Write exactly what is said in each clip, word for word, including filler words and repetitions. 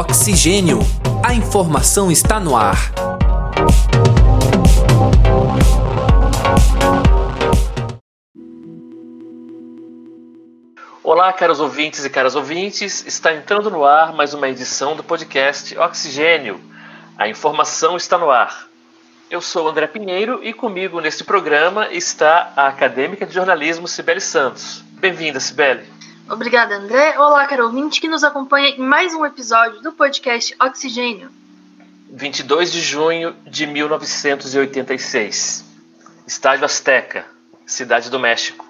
Oxigênio. A informação está no ar. Olá, caros ouvintes e caras ouvintes. Está entrando no ar mais uma edição do podcast Oxigênio. A informação está no ar. Eu sou André Pinheiro e comigo neste programa está a acadêmica de jornalismo Cibele Santos. Bem-vinda, Cibele. Obrigada, André. Olá, caro ouvinte que nos acompanha em mais um episódio do podcast Oxigênio. vinte e dois de junho de mil novecentos e oitenta e seis. Estádio Azteca, Cidade do México.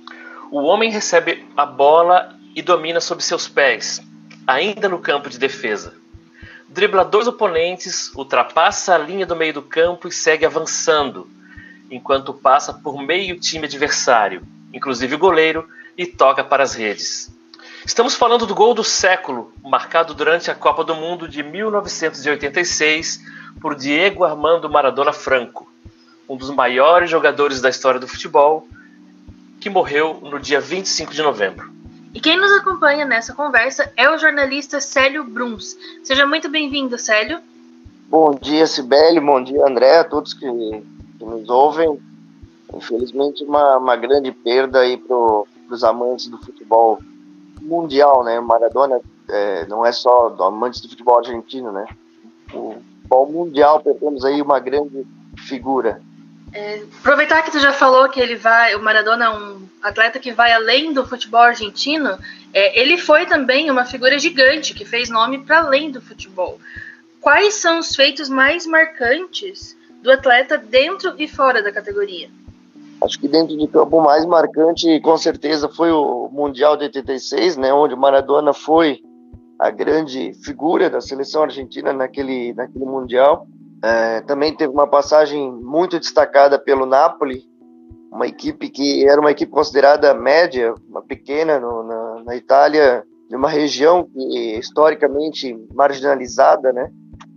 O homem recebe a bola e domina sob seus pés, ainda no campo de defesa. Dribla dois oponentes, ultrapassa a linha do meio do campo e segue avançando, enquanto passa por meio time adversário, inclusive o goleiro, e toca para as redes. Estamos falando do gol do século, marcado durante a Copa do Mundo de mil novecentos e oitenta e seis por Diego Armando Maradona Franco, um dos maiores jogadores da história do futebol, que morreu no dia vinte e cinco de novembro. E quem nos acompanha nessa conversa é o jornalista Célio Bruns. Seja muito bem-vindo, Célio. Bom dia, Cibele, bom dia, André, a todos que, que nos ouvem. Infelizmente, uma, uma grande perda aí para os amantes do futebol mundial, né? Maradona é, não é só do amantes do futebol argentino, né? O futebol mundial, perdemos aí uma grande figura. É, aproveitar que tu já falou que ele vai, o Maradona é um atleta que vai além do futebol argentino, é, ele foi também uma figura gigante que fez nome para além do futebol. Quais são os feitos mais marcantes do atleta dentro e fora da categoria? Acho que dentro de campo o mais marcante, com certeza, foi o Mundial de oitenta e seis, né, onde o Maradona foi a grande figura da seleção argentina naquele, naquele Mundial. É, também teve uma passagem muito destacada pelo Napoli, uma equipe que era uma equipe considerada média, uma pequena no, na, na Itália, de uma região que historicamente marginalizada, né,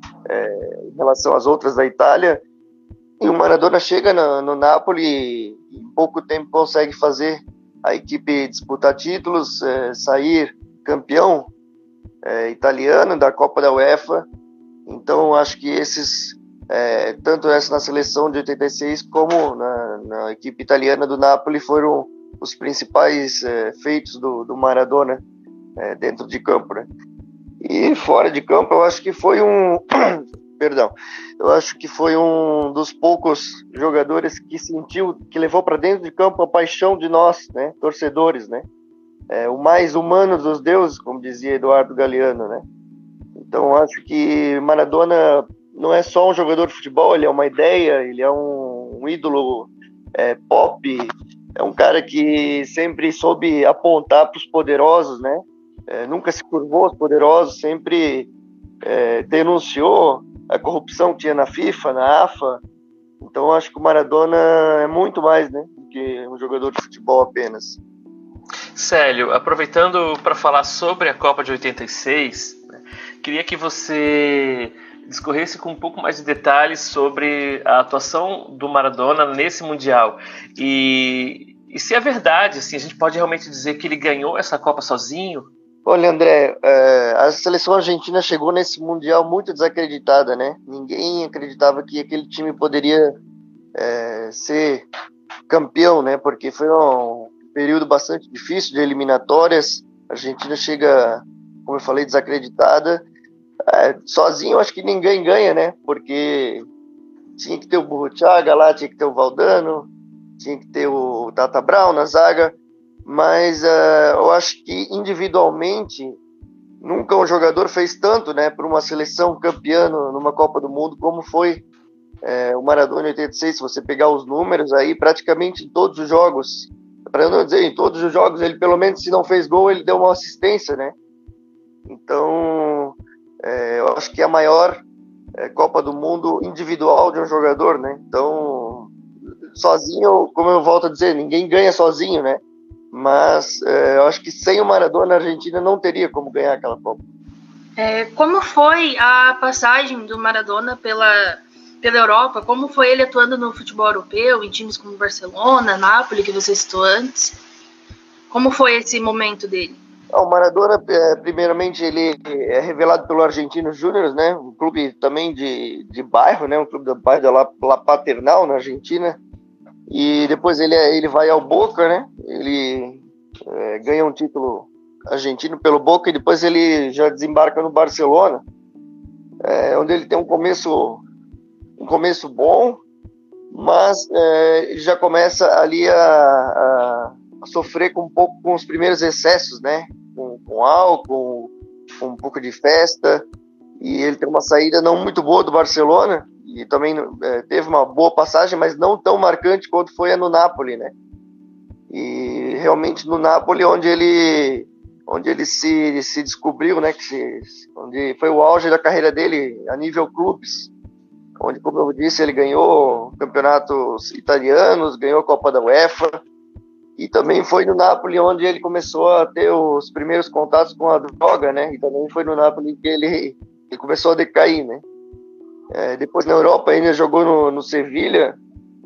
é, em relação às outras da Itália. E o Maradona chega no, no Napoli e em pouco tempo consegue fazer a equipe disputar títulos, é, sair campeão é, italiano da Copa da UEFA. Então acho que esses, é, tanto essa na seleção de oitenta e seis como na, na equipe italiana do Napoli foram os principais é, feitos do, do Maradona é, dentro de campo, né? E fora de campo eu acho que foi um... Perdão, eu acho que foi um dos poucos jogadores que sentiu, que levou para dentro de campo a paixão de nós, né, torcedores, né, é, o mais humano dos deuses, como dizia Eduardo Galeano, né. Então acho que Maradona não é só um jogador de futebol, ele é uma ideia, ele é um, um ídolo é, pop, é um cara que sempre soube apontar para os poderosos, né, é, nunca se curvou aos poderosos, sempre é, denunciou a corrupção que tinha na FIFA, na AFA. Então acho que o Maradona é muito mais, né, do que um jogador de futebol apenas. Célio, aproveitando para falar sobre a Copa de oitenta e seis, né, queria que você discorresse com um pouco mais de detalhes sobre a atuação do Maradona nesse Mundial. E, e se é verdade, assim, a gente pode realmente dizer que ele ganhou essa Copa sozinho? Olha, André, a seleção argentina chegou nesse Mundial muito desacreditada, né? Ninguém acreditava que aquele time poderia é, ser campeão, né? Porque foi um período bastante difícil de eliminatórias. A Argentina chega, como eu falei, desacreditada. É, sozinho, eu acho que ninguém ganha, né? Porque tinha que ter o Burruchaga lá, tinha que ter o Valdano, tinha que ter o Tata Brown na zaga. Mas uh, eu acho que individualmente nunca um jogador fez tanto, né, para uma seleção campeã numa Copa do Mundo como foi é, o Maradona em oitenta e seis. Se você pegar os números aí, praticamente em todos os jogos, para não dizer em todos os jogos, ele pelo menos, se não fez gol, ele deu uma assistência, né? Então é, eu acho que é a maior é, Copa do Mundo individual de um jogador, né? Então sozinho, como eu volto a dizer, ninguém ganha sozinho, né? Mas é, eu acho que sem o Maradona a Argentina não teria como ganhar aquela Copa. É, como foi a passagem do Maradona pela, pela Europa? Como foi ele atuando no futebol europeu, em times como Barcelona, Napoli, que você citou antes? Como foi esse momento dele? O Maradona, é, primeiramente, ele é revelado pelo Argentinos Júnior, né? Um clube também de, de bairro, né? Um clube do bairro da La, La Paternal, na Argentina. E depois ele, ele vai ao Boca, né? Ele é, ganha um título argentino pelo Boca e depois ele já desembarca no Barcelona, é, onde ele tem um começo, um começo bom, mas é, ele já começa ali a, a, a sofrer com um pouco com os primeiros excessos, né? Com, com álcool, com um pouco de festa, e ele tem uma saída não muito boa do Barcelona, e também é, teve uma boa passagem, mas não tão marcante quanto foi a no Napoli, né? E realmente no Napoli, onde ele, onde ele se, se descobriu, né? Que se, onde foi o auge da carreira dele a nível clubes, onde, como eu disse, ele ganhou campeonatos italianos, ganhou a Copa da UEFA, e também foi no Napoli onde ele começou a ter os primeiros contatos com a droga, né? E também foi no Napoli que ele, ele começou a decair, né? É, depois na Europa ainda jogou no, no Sevilha.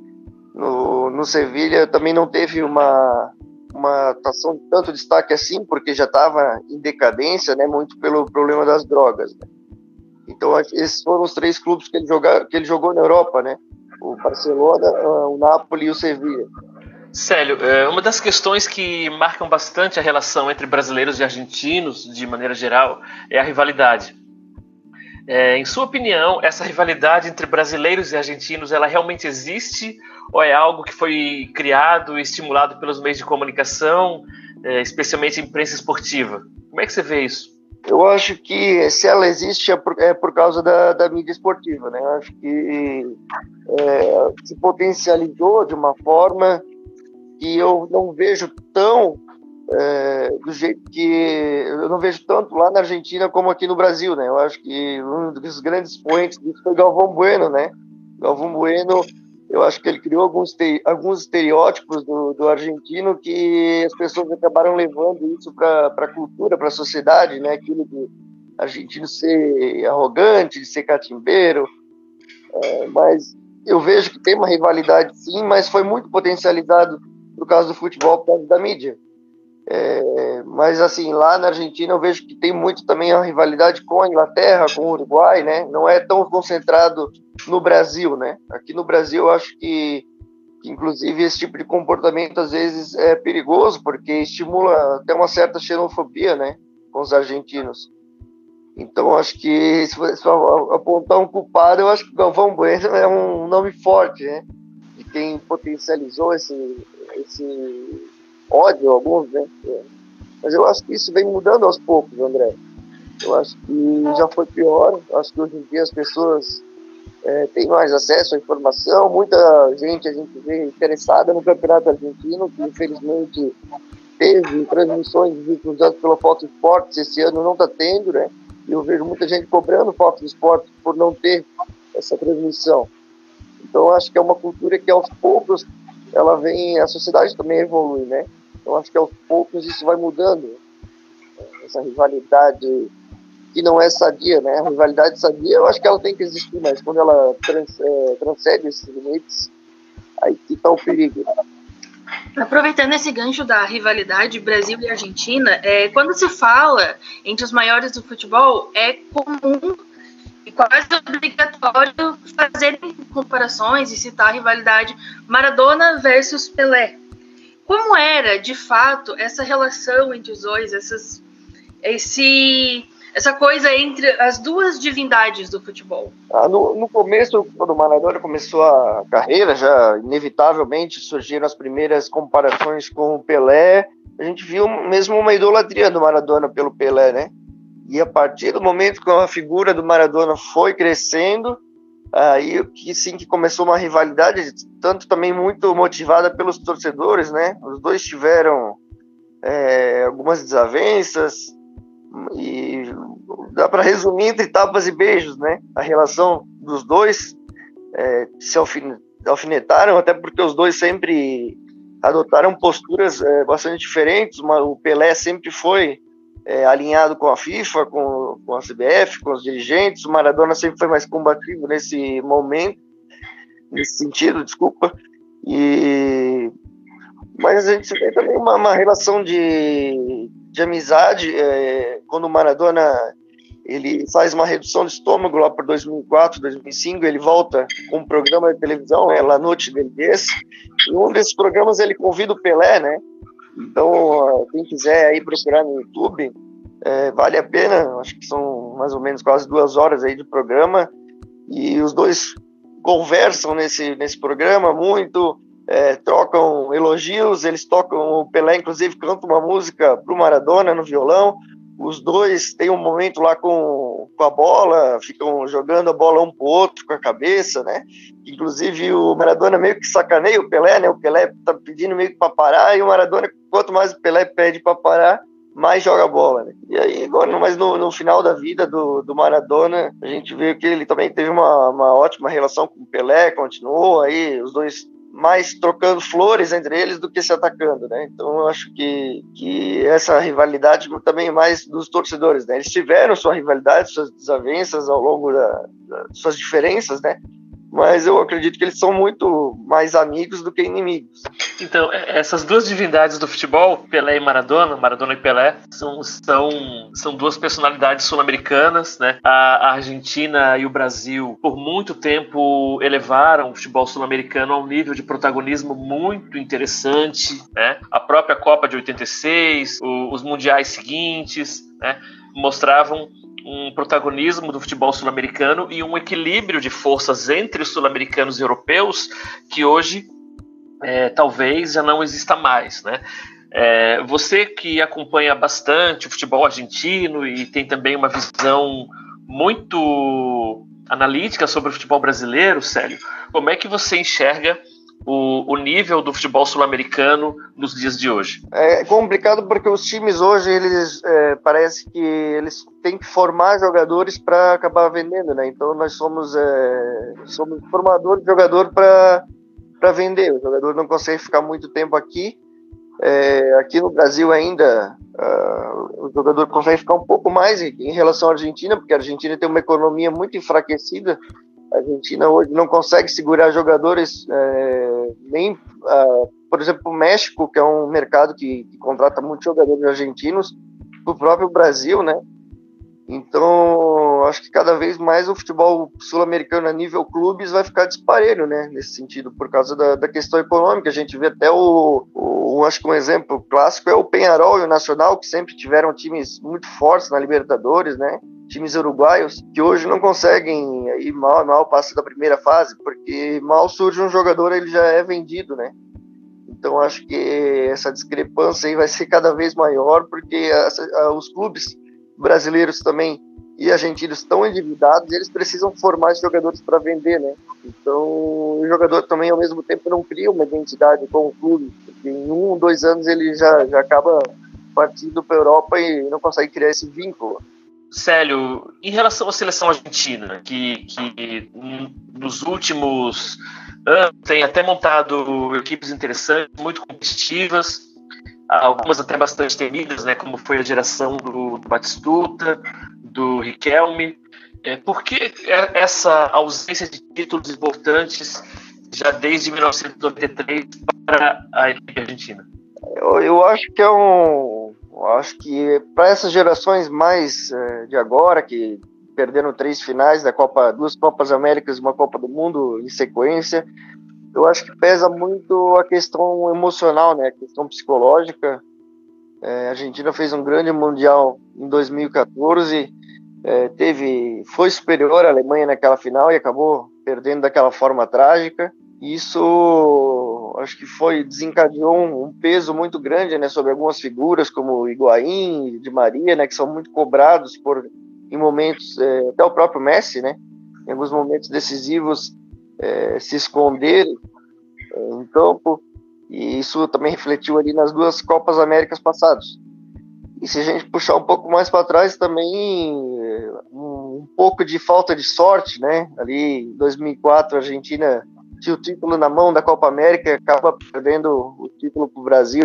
No, no Sevilha também não teve uma, uma atuação de tanto destaque assim, porque já estava em decadência, né? Muito pelo problema das drogas, né? Então esses foram os três clubes que ele, joga, que ele jogou na Europa, né? O Barcelona, o Napoli e o Sevilha. Célio, uma das questões que marcam bastante a relação entre brasileiros e argentinos, de maneira geral, é a rivalidade. É, em sua opinião, essa rivalidade entre brasileiros e argentinos, ela realmente existe? Ou é algo que foi criado e estimulado pelos meios de comunicação, é, especialmente a imprensa esportiva? Como é que você vê isso? Eu acho que se ela existe é por, é por causa da, da mídia esportiva, né? Eu acho que é, se potencializou de uma forma que eu não vejo tão é, do jeito que eu não vejo tanto lá na Argentina como aqui no Brasil, né? Eu acho que um dos grandes expoentes disso foi Galvão Bueno, né? Galvão Bueno, eu acho que ele criou alguns, te, alguns estereótipos do, do argentino que as pessoas acabaram levando isso para a cultura, para a sociedade, né? Aquilo de argentino ser arrogante, de ser catimbeiro, é, mas eu vejo que tem uma rivalidade sim, mas foi muito potencializado por causa do futebol, por causa da mídia. É, mas assim, lá na Argentina eu vejo que tem muito também a rivalidade com a Inglaterra, com o Uruguai, né? Não é tão concentrado no Brasil, né? Aqui no Brasil eu acho que, que inclusive esse tipo de comportamento às vezes é perigoso, porque estimula até uma certa xenofobia, né? Com os argentinos. Então acho que se for apontar um culpado, eu acho que o Galvão Bueno é um nome forte, né? De quem potencializou esse, esse ódio, alguns, né? Mas eu acho que isso vem mudando aos poucos, André. Eu acho que já foi pior. Eu acho que hoje em dia as pessoas é, têm mais acesso à informação. Muita gente a gente vê interessada no campeonato argentino, que infelizmente teve transmissões difusadas pela Fox Sports, esse ano não está tendo, né? E eu vejo muita gente cobrando Fox Sports por não ter essa transmissão. Então eu acho que é uma cultura que aos poucos ela vem, a sociedade também evolui, né? Então acho que aos poucos isso vai mudando, essa rivalidade que não é sadia, né? A rivalidade sadia eu acho que ela tem que existir, mas quando ela trans, é, transcende esses limites, aí que está o perigo. Aproveitando esse gancho da rivalidade Brasil e Argentina, é, quando se fala entre os maiores do futebol, é comum e quase obrigatório fazer comparações e citar a rivalidade Maradona versus Pelé. Como era, de fato, essa relação entre os dois, essas, esse, essa coisa entre as duas divindades do futebol? Ah, no, no começo, quando o Maradona começou a carreira, já inevitavelmente surgiram as primeiras comparações com o Pelé. A gente viu mesmo uma idolatria do Maradona pelo Pelé, né? E a partir do momento que a figura do Maradona foi crescendo, aí que sim que começou uma rivalidade, tanto também muito motivada pelos torcedores, né? Os dois tiveram é, algumas desavenças e dá para resumir entre tapas e beijos, né? A relação dos dois é, se alfinetaram, até porque os dois sempre adotaram posturas é, bastante diferentes. O Pelé sempre foi É, alinhado com a FIFA, com, com a C B F, com os dirigentes. O Maradona sempre foi mais combativo nesse momento, nesse sentido, desculpa. E... Mas a gente tem também uma, uma relação de, de amizade. É, quando o Maradona ele faz uma redução de estômago lá por dois mil e quatro, dois mil e cinco, ele volta com um programa de televisão, é La Noite del Diez, e um desses programas ele convida o Pelé, né? Então, quem quiser aí procurar no YouTube, é, vale a pena, acho que são mais ou menos quase duas horas aí de programa, e os dois conversam nesse, nesse programa muito, é, trocam elogios, eles tocam, o Pelé inclusive canta uma música pro Maradona no violão, os dois têm um momento lá com, com a bola, ficam jogando a bola um pro outro com a cabeça, né? Inclusive o Maradona meio que sacaneia o Pelé, né? O Pelé tá pedindo meio que para parar, e o Maradona, quanto mais o Pelé pede para parar, mais joga a bola, né? E aí, agora, mas no, no final da vida do, do Maradona, a gente vê que ele também teve uma, uma ótima relação com o Pelé, continuou aí, os dois mais trocando flores entre eles do que se atacando, né? Então eu acho que, que essa rivalidade também é mais dos torcedores, né? Eles tiveram sua rivalidade, suas desavenças ao longo da, da suas diferenças, né? Mas eu acredito que eles são muito mais amigos do que inimigos. Então, essas duas divindades do futebol, Pelé e Maradona, Maradona e Pelé, são, são, são duas personalidades sul-americanas, né? A Argentina e o Brasil, por muito tempo, elevaram o futebol sul-americano a um nível de protagonismo muito interessante, né? A própria Copa de oitenta e seis, o, os mundiais seguintes, né? Mostravam um protagonismo do futebol sul-americano e um equilíbrio de forças entre os sul-americanos e europeus que hoje é, talvez já não exista mais, né? É, você que acompanha bastante o futebol argentino e tem também uma visão muito analítica sobre o futebol brasileiro, Célio, como é que você enxerga O, o nível do futebol sul-americano nos dias de hoje? É complicado porque os times hoje, eles é, parece que eles têm que formar jogadores para acabar vendendo, né? Então nós somos, é, somos formadores de jogador para para vender. O jogador não consegue ficar muito tempo aqui. É, aqui no Brasil ainda uh, o jogador consegue ficar um pouco mais em, em relação à Argentina, porque a Argentina tem uma economia muito enfraquecida. A Argentina hoje não consegue segurar jogadores, é, nem, uh, por exemplo, o México, que é um mercado que, que contrata muitos jogadores argentinos, o próprio Brasil, né? Então, acho que cada vez mais o futebol sul-americano a nível clubes vai ficar disparelho, né? Nesse sentido, por causa da, da questão econômica. A gente vê até o, o, acho que um exemplo clássico é o Peñarol e o Nacional, que sempre tiveram times muito fortes na Libertadores, né? Times uruguaios, que hoje não conseguem ir mal, mal passar da primeira fase, porque mal surge um jogador, ele já é vendido, né? Então acho que essa discrepância aí vai ser cada vez maior, porque a, a, os clubes brasileiros também e argentinos estão endividados e eles precisam formar esses jogadores para vender, né? Então o jogador também ao mesmo tempo não cria uma identidade com o clube, porque em um, dois anos ele já, já acaba partindo para a Europa e não consegue criar esse vínculo. Célio, em relação à seleção argentina, que, que nos últimos anos tem até montado equipes interessantes, muito competitivas, algumas até bastante temidas, né, como foi a geração do, do Batistuta, do Riquelme. É, por que essa ausência de títulos importantes já desde mil novecentos e noventa e três para a equipe argentina? Eu, eu acho que é um... Eu acho que para essas gerações mais é, de agora, que perderam três finais da Copa, duas Copas Américas e uma Copa do Mundo em sequência, eu acho que pesa muito a questão emocional, né? A questão psicológica. É, a Argentina fez um grande mundial em dois mil e quatorze, é, teve, foi superior à Alemanha naquela final e acabou perdendo daquela forma trágica. Isso acho que foi desencadeou um, um peso muito grande, né, sobre algumas figuras como Higuaín e Di Maria, né, que são muito cobrados por em momentos, é, até o próprio Messi, né, em alguns momentos decisivos, é, se esconder é, em campo, e isso também refletiu ali nas duas Copas Américas passadas. E se a gente puxar um pouco mais para trás também, um, um pouco de falta de sorte, né, ali em dois mil e quatro a Argentina tinha o título na mão da Copa América, acaba perdendo o título para o Brasil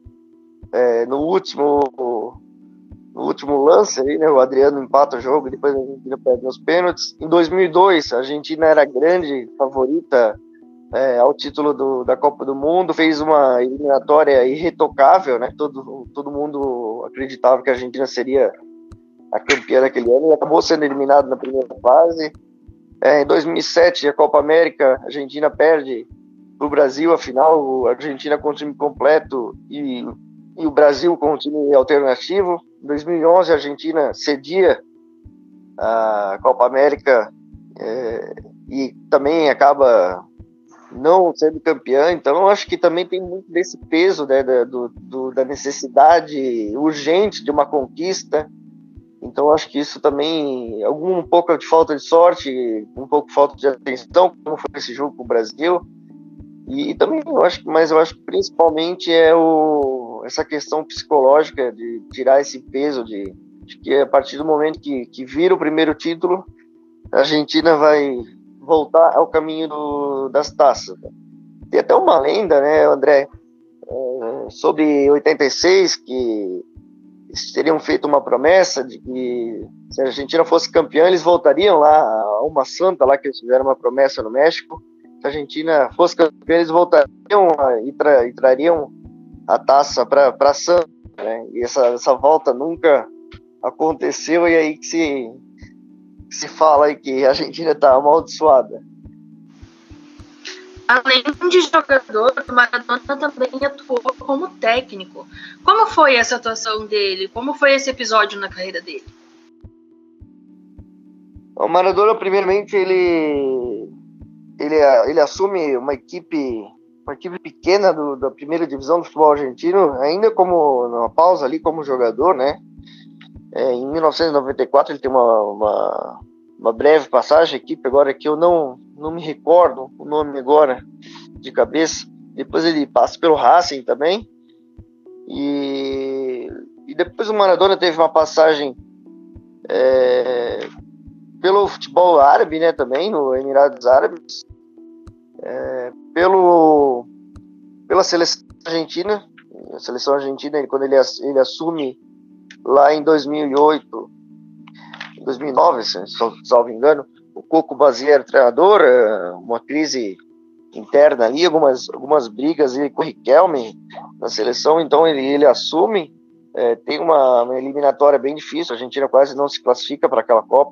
é, no último no último lance, aí, né, o Adriano empata o jogo, depois a Argentina perde nos pênaltis. Em dois mil e dois, a Argentina era a grande favorita é, ao título do, da Copa do Mundo, fez uma eliminatória irretocável, né? Todo, todo mundo acreditava que a Argentina seria a campeã daquele ano e acabou sendo eliminado na primeira fase. É, em dois mil e sete, a Copa América, a Argentina perde para o Brasil, afinal, a Argentina com o time completo e, e o Brasil com o time alternativo. Em dois mil e onze, a Argentina cedia a Copa América é, e também acaba não sendo campeã. Então, eu acho que também tem muito desse peso, né, da, do, do, da necessidade urgente de uma conquista. Então, acho que isso também, algum um pouco de falta de sorte, um pouco de falta de atenção, como foi esse jogo com o Brasil. E, e também, eu acho, mas eu acho que principalmente é o, essa questão psicológica de tirar esse peso de, de que a partir do momento que, que vira o primeiro título, a Argentina vai voltar ao caminho do, das taças. Tem até uma lenda, né, André, é, sobre oitenta e seis, que eles teriam feito uma promessa de que se a Argentina fosse campeã, eles voltariam lá a uma santa, lá que eles fizeram uma promessa no México. Se a Argentina fosse campeã, eles voltariam e, tra- e trariam a taça para a santa, né? E essa, essa volta nunca aconteceu, e aí que se, que se fala aí que a Argentina está amaldiçoada. Além de jogador, o Maradona também atuou como técnico. Como foi essa atuação dele? Como foi esse episódio na carreira dele? O Maradona, primeiramente, ele, ele, ele assume uma equipe, uma equipe pequena do, da primeira divisão do futebol argentino, ainda como numa pausa ali como jogador, né? É, em mil novecentos e noventa e quatro ele tem uma, uma, uma breve passagem, equipe agora que eu não, não me recordo o nome agora de cabeça. Depois ele passa pelo Racing também. E, e depois o Maradona teve uma passagem é, pelo futebol árabe, né, também, no Emirados Árabes, é, pelo, pela seleção argentina. A seleção argentina, ele, quando ele, ele assume lá em dois mil e oito, dois mil e nove, se salvo engano, o Coco Basile era treinador, uma crise interna ali, algumas, algumas brigas ali com o Riquelme na seleção, então ele, ele assume, é, tem uma, uma eliminatória bem difícil, a Argentina quase não se classifica para aquela Copa,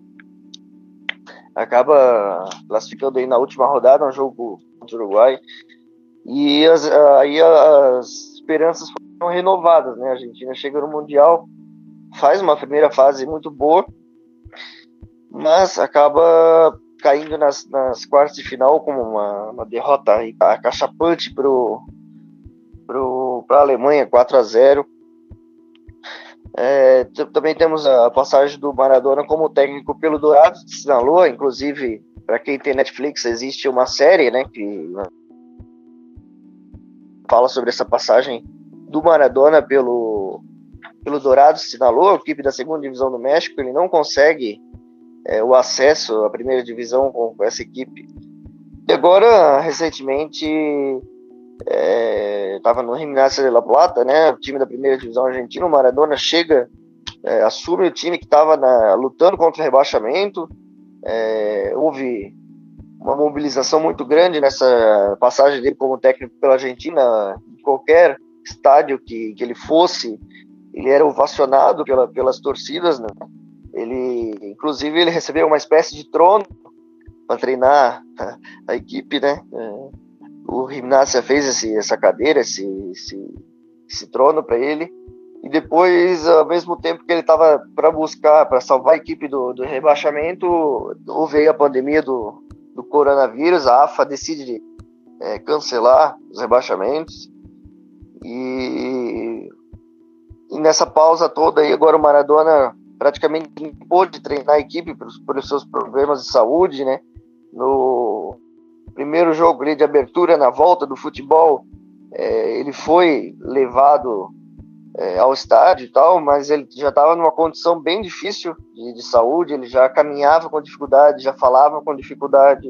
acaba classificando aí na última rodada, um jogo contra o Uruguai, e as, aí as esperanças foram renovadas, né? A Argentina chega no Mundial, faz uma primeira fase muito boa, mas acaba caindo nas, nas quartas de final com uma, uma derrota acachapante para a Alemanha, quatro a zero. É, também temos a passagem do Maradona como técnico pelo Dourados de Sinaloa, inclusive, para quem tem Netflix, existe uma série, né, que fala sobre essa passagem do Maradona pelo, pelo Dourados de Sinaloa, equipe da segunda divisão do México. Ele não consegue é, o acesso à primeira divisão com, com essa equipe. E agora, recentemente, estava é, no Gimnasia de La Plata, né, o time da primeira divisão argentina. O Maradona chega, é, assume o time que estava lutando contra o rebaixamento. É, houve uma mobilização muito grande nessa passagem dele como técnico pela Argentina. Em qualquer estádio que, que ele fosse, ele era ovacionado pela, pelas torcidas, né? Ele, inclusive, ele recebeu uma espécie de trono para treinar a, a equipe, né? É, o Gimnasia fez esse, essa cadeira, esse, esse, esse trono para ele. E depois, ao mesmo tempo que ele estava para buscar, para salvar a equipe do, do rebaixamento, houve a pandemia do, do coronavírus. A AFA decide é, cancelar os rebaixamentos. E, e nessa pausa toda aí, agora o Maradona praticamente não pôde treinar a equipe pelos, pelos seus problemas de saúde, né? No primeiro jogo ali de abertura, na volta do futebol, é, ele foi levado é, ao estádio e tal, mas ele já estava numa condição bem difícil de, de saúde, ele já caminhava com dificuldade, já falava com dificuldade,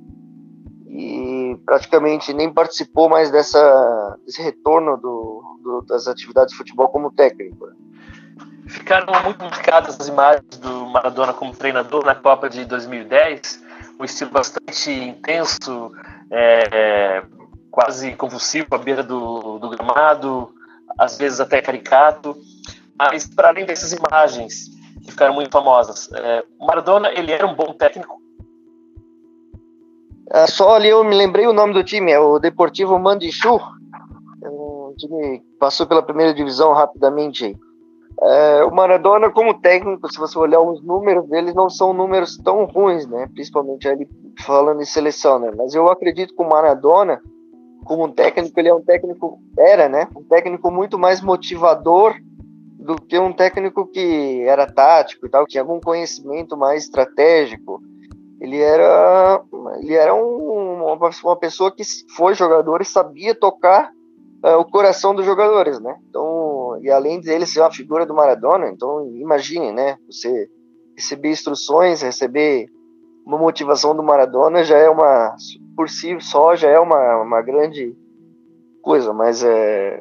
e praticamente nem participou mais dessa, desse retorno do, do, das atividades de futebol como técnico. Ficaram muito complicadas as imagens do Maradona como treinador na Copa de dois mil e dez, um estilo bastante intenso, é, é, quase convulsivo à beira do, do gramado, às vezes até caricato. Mas, para além dessas imagens que ficaram muito famosas, é, o Maradona, ele era um bom técnico? Ah, só ali eu me lembrei o nome do time, é o Deportivo Mandichu. É um time que passou pela primeira divisão rapidamente aí. É, o Maradona, como técnico, se você olhar os números deles, não são números tão ruins, né? Principalmente ele falando em seleção, né? Mas eu acredito que o Maradona, como técnico, ele é um técnico, era, né? Um técnico muito mais motivador do que um técnico que era tático e tal, que tinha algum conhecimento mais estratégico. Ele era, ele era um, uma, uma pessoa que foi jogador e sabia tocar uh, o coração dos jogadores, né? Então, e além dele ser uma figura do Maradona, então imagine, né? Você receber instruções, receber uma motivação do Maradona já é uma, por si só, já é uma, uma grande coisa, mas é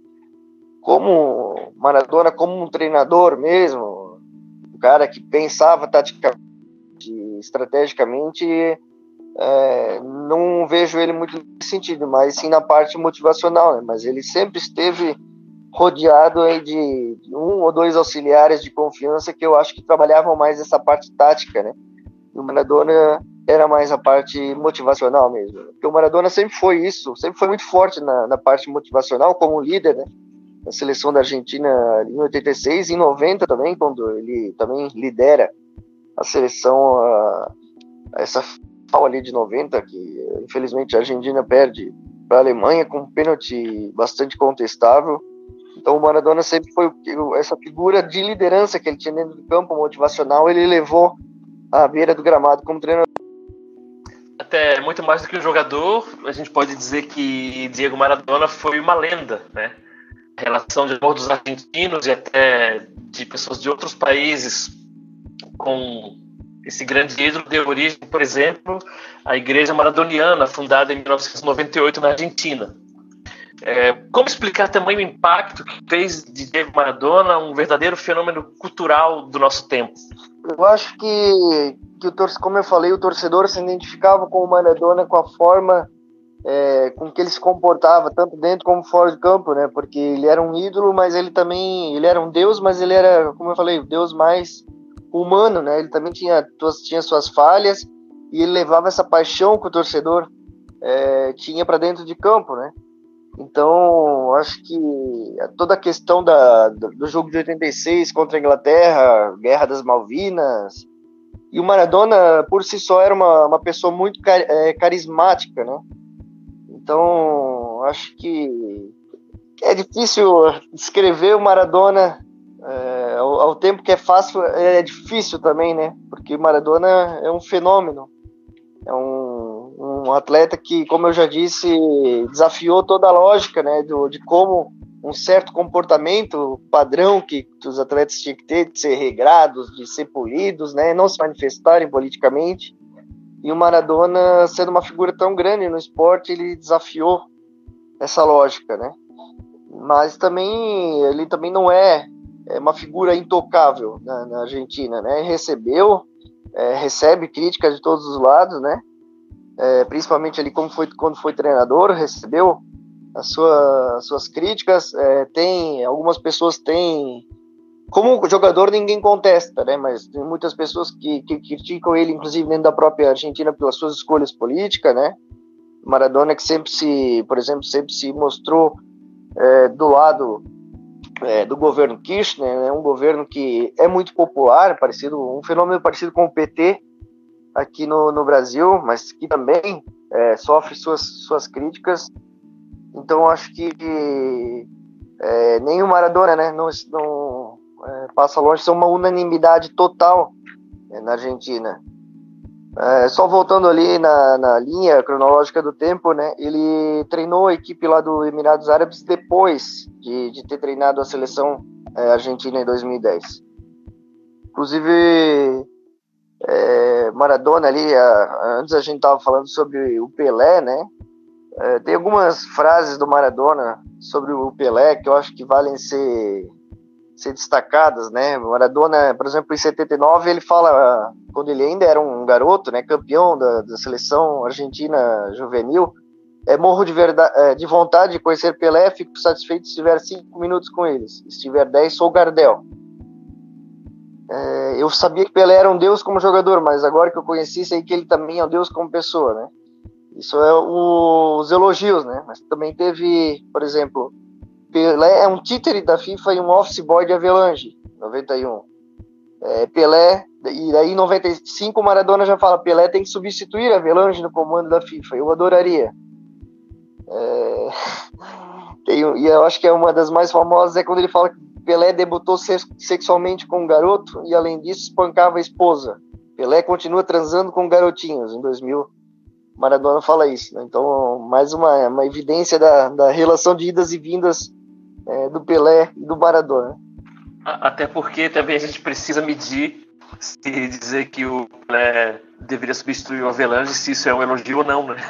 como Maradona, como um treinador mesmo, um cara que pensava taticamente, estrategicamente, é, não vejo ele muito nesse sentido, mas sim na parte motivacional, né? Mas ele sempre esteve rodeado aí de um ou dois auxiliares de confiança que eu acho que trabalhavam mais essa parte tática, né? E o Maradona era mais a parte motivacional mesmo, porque o Maradona sempre foi isso, sempre foi muito forte na, na parte motivacional como líder, né? Na seleção da Argentina em oitenta e seis, em noventa também, quando ele também lidera a seleção, a, a essa final ali de noventa, que infelizmente a Argentina perde para a Alemanha com um pênalti bastante contestável. Então o Maradona sempre foi essa figura de liderança que ele tinha dentro do campo, motivacional, ele levou à beira do gramado como treinador. Até muito mais do que um jogador, a gente pode dizer que Diego Maradona foi uma lenda, né? A relação de amor dos argentinos e até de pessoas de outros países com esse grande ídolo deu origem, por exemplo, à Igreja Maradoniana, fundada em mil novecentos e noventa e oito na Argentina. É, como explicar também o impacto que fez de Diego Maradona um verdadeiro fenômeno cultural do nosso tempo? Eu acho que, que o torcedor, como eu falei, o torcedor se identificava com o Maradona com a forma é, com que ele se comportava, tanto dentro como fora de campo, né? Porque ele era um ídolo, mas ele também ele era um deus, mas ele era, como eu falei, o deus mais humano, né? Ele também tinha, tinha suas falhas e ele levava essa paixão que o torcedor é, tinha para dentro de campo, né? Então, acho que toda a questão da, do jogo de oitenta e seis contra a Inglaterra, Guerra das Malvinas, e o Maradona, por si só, era uma, uma pessoa muito car, é, carismática, né? Então, acho que é difícil descrever o Maradona é, ao, ao tempo que é fácil, é difícil também, né? Porque o Maradona é um fenômeno, é um, um atleta que, como eu já disse, desafiou toda a lógica, né, do, de como um certo comportamento padrão que os atletas tinham que ter, de ser regrados, de ser polidos, né, não se manifestarem politicamente. E o Maradona, sendo uma figura tão grande no esporte, ele desafiou essa lógica, né? Mas também, ele também não é, é uma figura intocável na, na Argentina, né? Recebeu, é, recebe críticas de todos os lados, né? É, principalmente ali como foi, quando foi treinador, recebeu as, sua, as suas críticas. É, tem, algumas pessoas têm... Como jogador ninguém contesta, né? Mas tem muitas pessoas que, que criticam ele, inclusive dentro da própria Argentina, pelas suas escolhas políticas, né? Maradona que sempre se, por exemplo, sempre se mostrou é, do lado é, do governo Kirchner, né? Um governo que é muito popular, parecido, um fenômeno parecido com o P T aqui no, no Brasil, mas que também é, sofre suas, suas críticas. Então acho que é, nem o Maradona, né? Não, não É, passa longe de ser uma unanimidade total é, na Argentina. É, só voltando ali na, na linha cronológica do tempo, né, ele treinou a equipe lá do Emirados Árabes depois de, de ter treinado a seleção é, argentina em dois mil e dez. Inclusive, é, Maradona ali, a, antes a gente estava falando sobre o Pelé, né, é, tem algumas frases do Maradona sobre o Pelé que eu acho que valem ser ser destacadas, né? Maradona, por exemplo, em setenta e nove, ele fala, quando ele ainda era um garoto, né, campeão da, da seleção argentina juvenil, é, morro de, verdade, é, de vontade de conhecer Pelé, fico satisfeito se estiver cinco minutos com eles, se estiver dez, sou Gardel. É, eu sabia que Pelé era um deus como jogador, mas agora que eu conheci, sei que ele também é um deus como pessoa, né? Isso é o, os elogios, né? Mas também teve, por exemplo, Pelé é um títere da FIFA e um office boy de Avelange, noventa e um. É, Pelé, e daí em noventa e cinco o Maradona já fala, Pelé tem que substituir Avelange no comando da FIFA, eu adoraria. É, tem, e eu acho que é uma das mais famosas, é quando ele fala que Pelé debutou sexualmente com um garoto e além disso espancava a esposa. Pelé continua transando com garotinhos, em dois mil. Maradona fala isso, né? Então mais uma, uma evidência da, da relação de idas e vindas é, do Pelé e do Maradona. Até porque também a gente precisa medir se dizer que o Pelé deveria substituir o Avelange, se isso é um elogio ou não, né?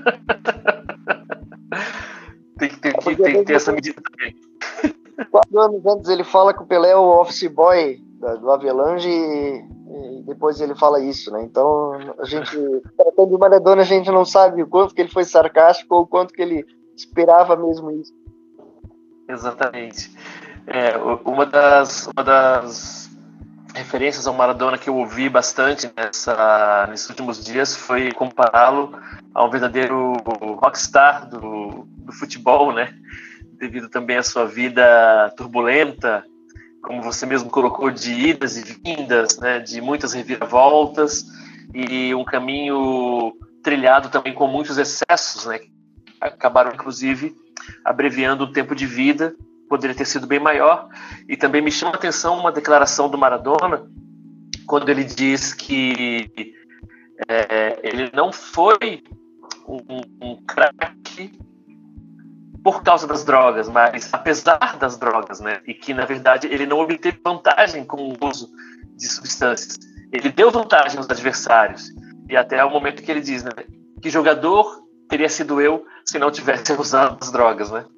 tem, que, tem, que, tem que ter essa medida também. Quatro anos antes ele fala que o Pelé é o office boy da, do Avelange e, e depois ele fala isso, né? Então a gente, tratando de Maradona, a gente não sabe o quanto que ele foi sarcástico ou o quanto que ele esperava mesmo isso. Exatamente. É, uma das, uma das referências ao Maradona que eu ouvi bastante nessa, nesses últimos dias foi compará-lo a um verdadeiro rockstar do, do futebol, né? Devido também à sua vida turbulenta, como você mesmo colocou, de idas e vindas, né? De muitas reviravoltas e um caminho trilhado também com muitos excessos, né? Acabaram, inclusive, abreviando o tempo de vida, poderia ter sido bem maior. E também me chama a atenção uma declaração do Maradona, quando ele diz que é, ele não foi um, um craque por causa das drogas, mas apesar das drogas, né? E que, na verdade, ele não obteve vantagem com o uso de substâncias. Ele deu vantagem aos adversários. E até o momento que ele diz, né? Que jogador teria sido eu se não tivesse usado as drogas, né?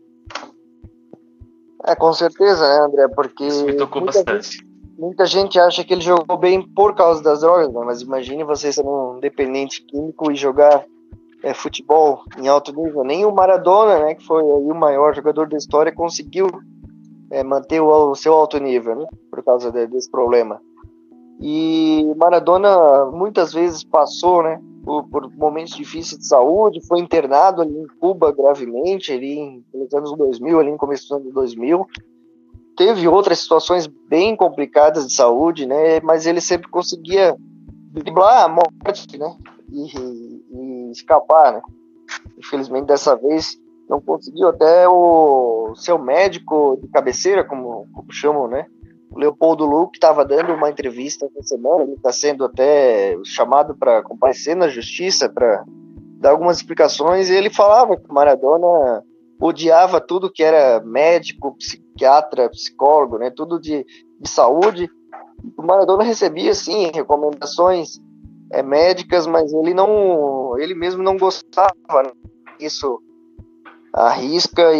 É, com certeza, né, André? Porque isso me tocou muita bastante. Gente, muita gente acha que ele jogou bem por causa das drogas, né? Mas imagine você ser um dependente químico e jogar é, futebol em alto nível. Nem o Maradona, né, que foi aí o maior jogador da história, conseguiu é, manter o, o seu alto nível, né? Por causa de, desse problema. E Maradona muitas vezes passou, né, por, por momentos difíceis de saúde, foi internado ali em Cuba gravemente, ali em, nos anos dois mil, ali no começo dos anos dois mil. Teve outras situações bem complicadas de saúde, né, mas ele sempre conseguia driblar a morte, né, e, e escapar, né. Infelizmente dessa vez não conseguiu. Até o seu médico de cabeceira, como, como chamam, né, o Leopoldo Luque, estava dando uma entrevista essa semana, ele está sendo até chamado para comparecer na justiça para dar algumas explicações, e ele falava que o Maradona odiava tudo que era médico, psiquiatra, psicólogo, né, tudo de, de saúde. O Maradona recebia, sim, recomendações é, médicas, mas ele não, ele mesmo não gostava, né, disso à risca,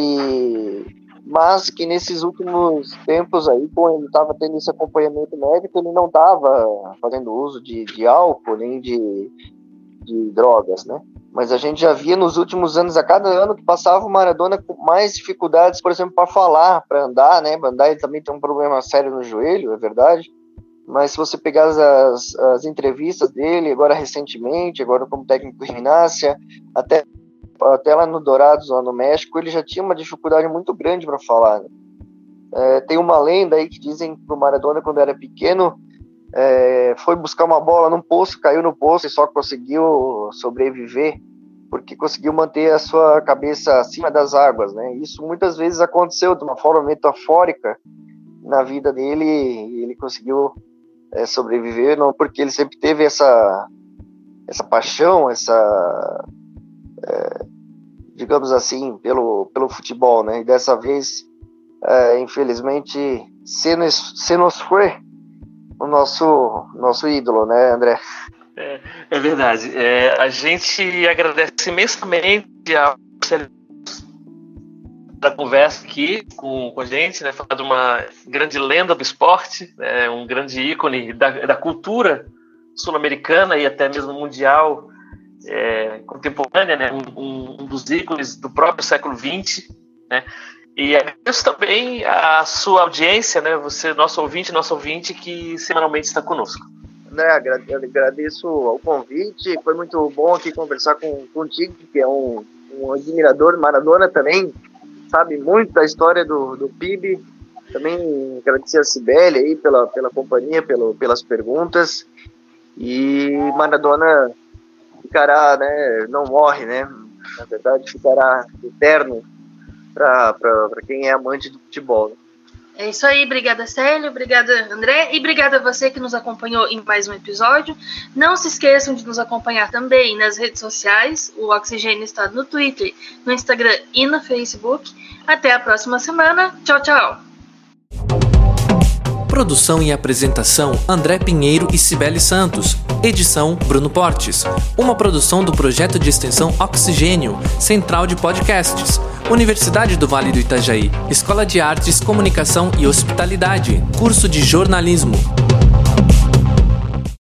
e mas que nesses últimos tempos aí, quando ele estava tendo esse acompanhamento médico, ele não estava fazendo uso de, de álcool, nem de, de drogas, né? Mas a gente já via nos últimos anos, a cada ano que passava, o Maradona com mais dificuldades, por exemplo, para falar, para andar, né? Andar, ele também tem um problema sério no joelho, é verdade. Mas se você pegar as, as entrevistas dele, agora recentemente, agora como técnico do Gimnasia, até até lá no Dourados, lá no México, ele já tinha uma dificuldade muito grande para falar, né? É, tem uma lenda aí que dizem que o Maradona, quando era pequeno, é, foi buscar uma bola num poço, caiu no poço e só conseguiu sobreviver porque conseguiu manter a sua cabeça acima das águas, né? Isso muitas vezes aconteceu de uma forma metafórica na vida dele, e ele conseguiu é, sobreviver, não, porque ele sempre teve essa, essa paixão, essa... É, digamos assim, pelo, pelo futebol, né? E dessa vez, é, infelizmente, se nos, se nos foi o nosso, nosso ídolo, né, André? É, é verdade. É, a gente agradece imensamente a da conversa aqui com, com a gente, né? Falar de uma grande lenda do esporte, né, um grande ícone da, da cultura sul-americana e até mesmo mundial é, contemporânea, né? Um, um dos ícones do próprio século vinte, né? E agradeço também a sua audiência, né? Você, nosso ouvinte, nosso ouvinte que semanalmente está conosco. André, agradeço o convite, foi muito bom aqui conversar com, contigo, que é um, um admirador do Maradona também, sabe muito da história do, do P I B. Também agradecer a Cibele aí pela, pela companhia, pelo, pelas perguntas. E Maradona ficará, né, não morre, né? Na verdade, ficará eterno para quem é amante do futebol. É isso aí, obrigada Célio, obrigada André e obrigada a você que nos acompanhou em mais um episódio. Não se esqueçam de nos acompanhar também nas redes sociais, o Oxigênio está no Twitter, no Instagram e no Facebook. Até a próxima semana, tchau, tchau! Produção e apresentação André Pinheiro e Cibele Santos. Edição Bruno Portes. Uma produção do projeto de extensão Oxigênio, Central de Podcasts. Universidade do Vale do Itajaí. Escola de Artes, Comunicação e Hospitalidade. Curso de Jornalismo.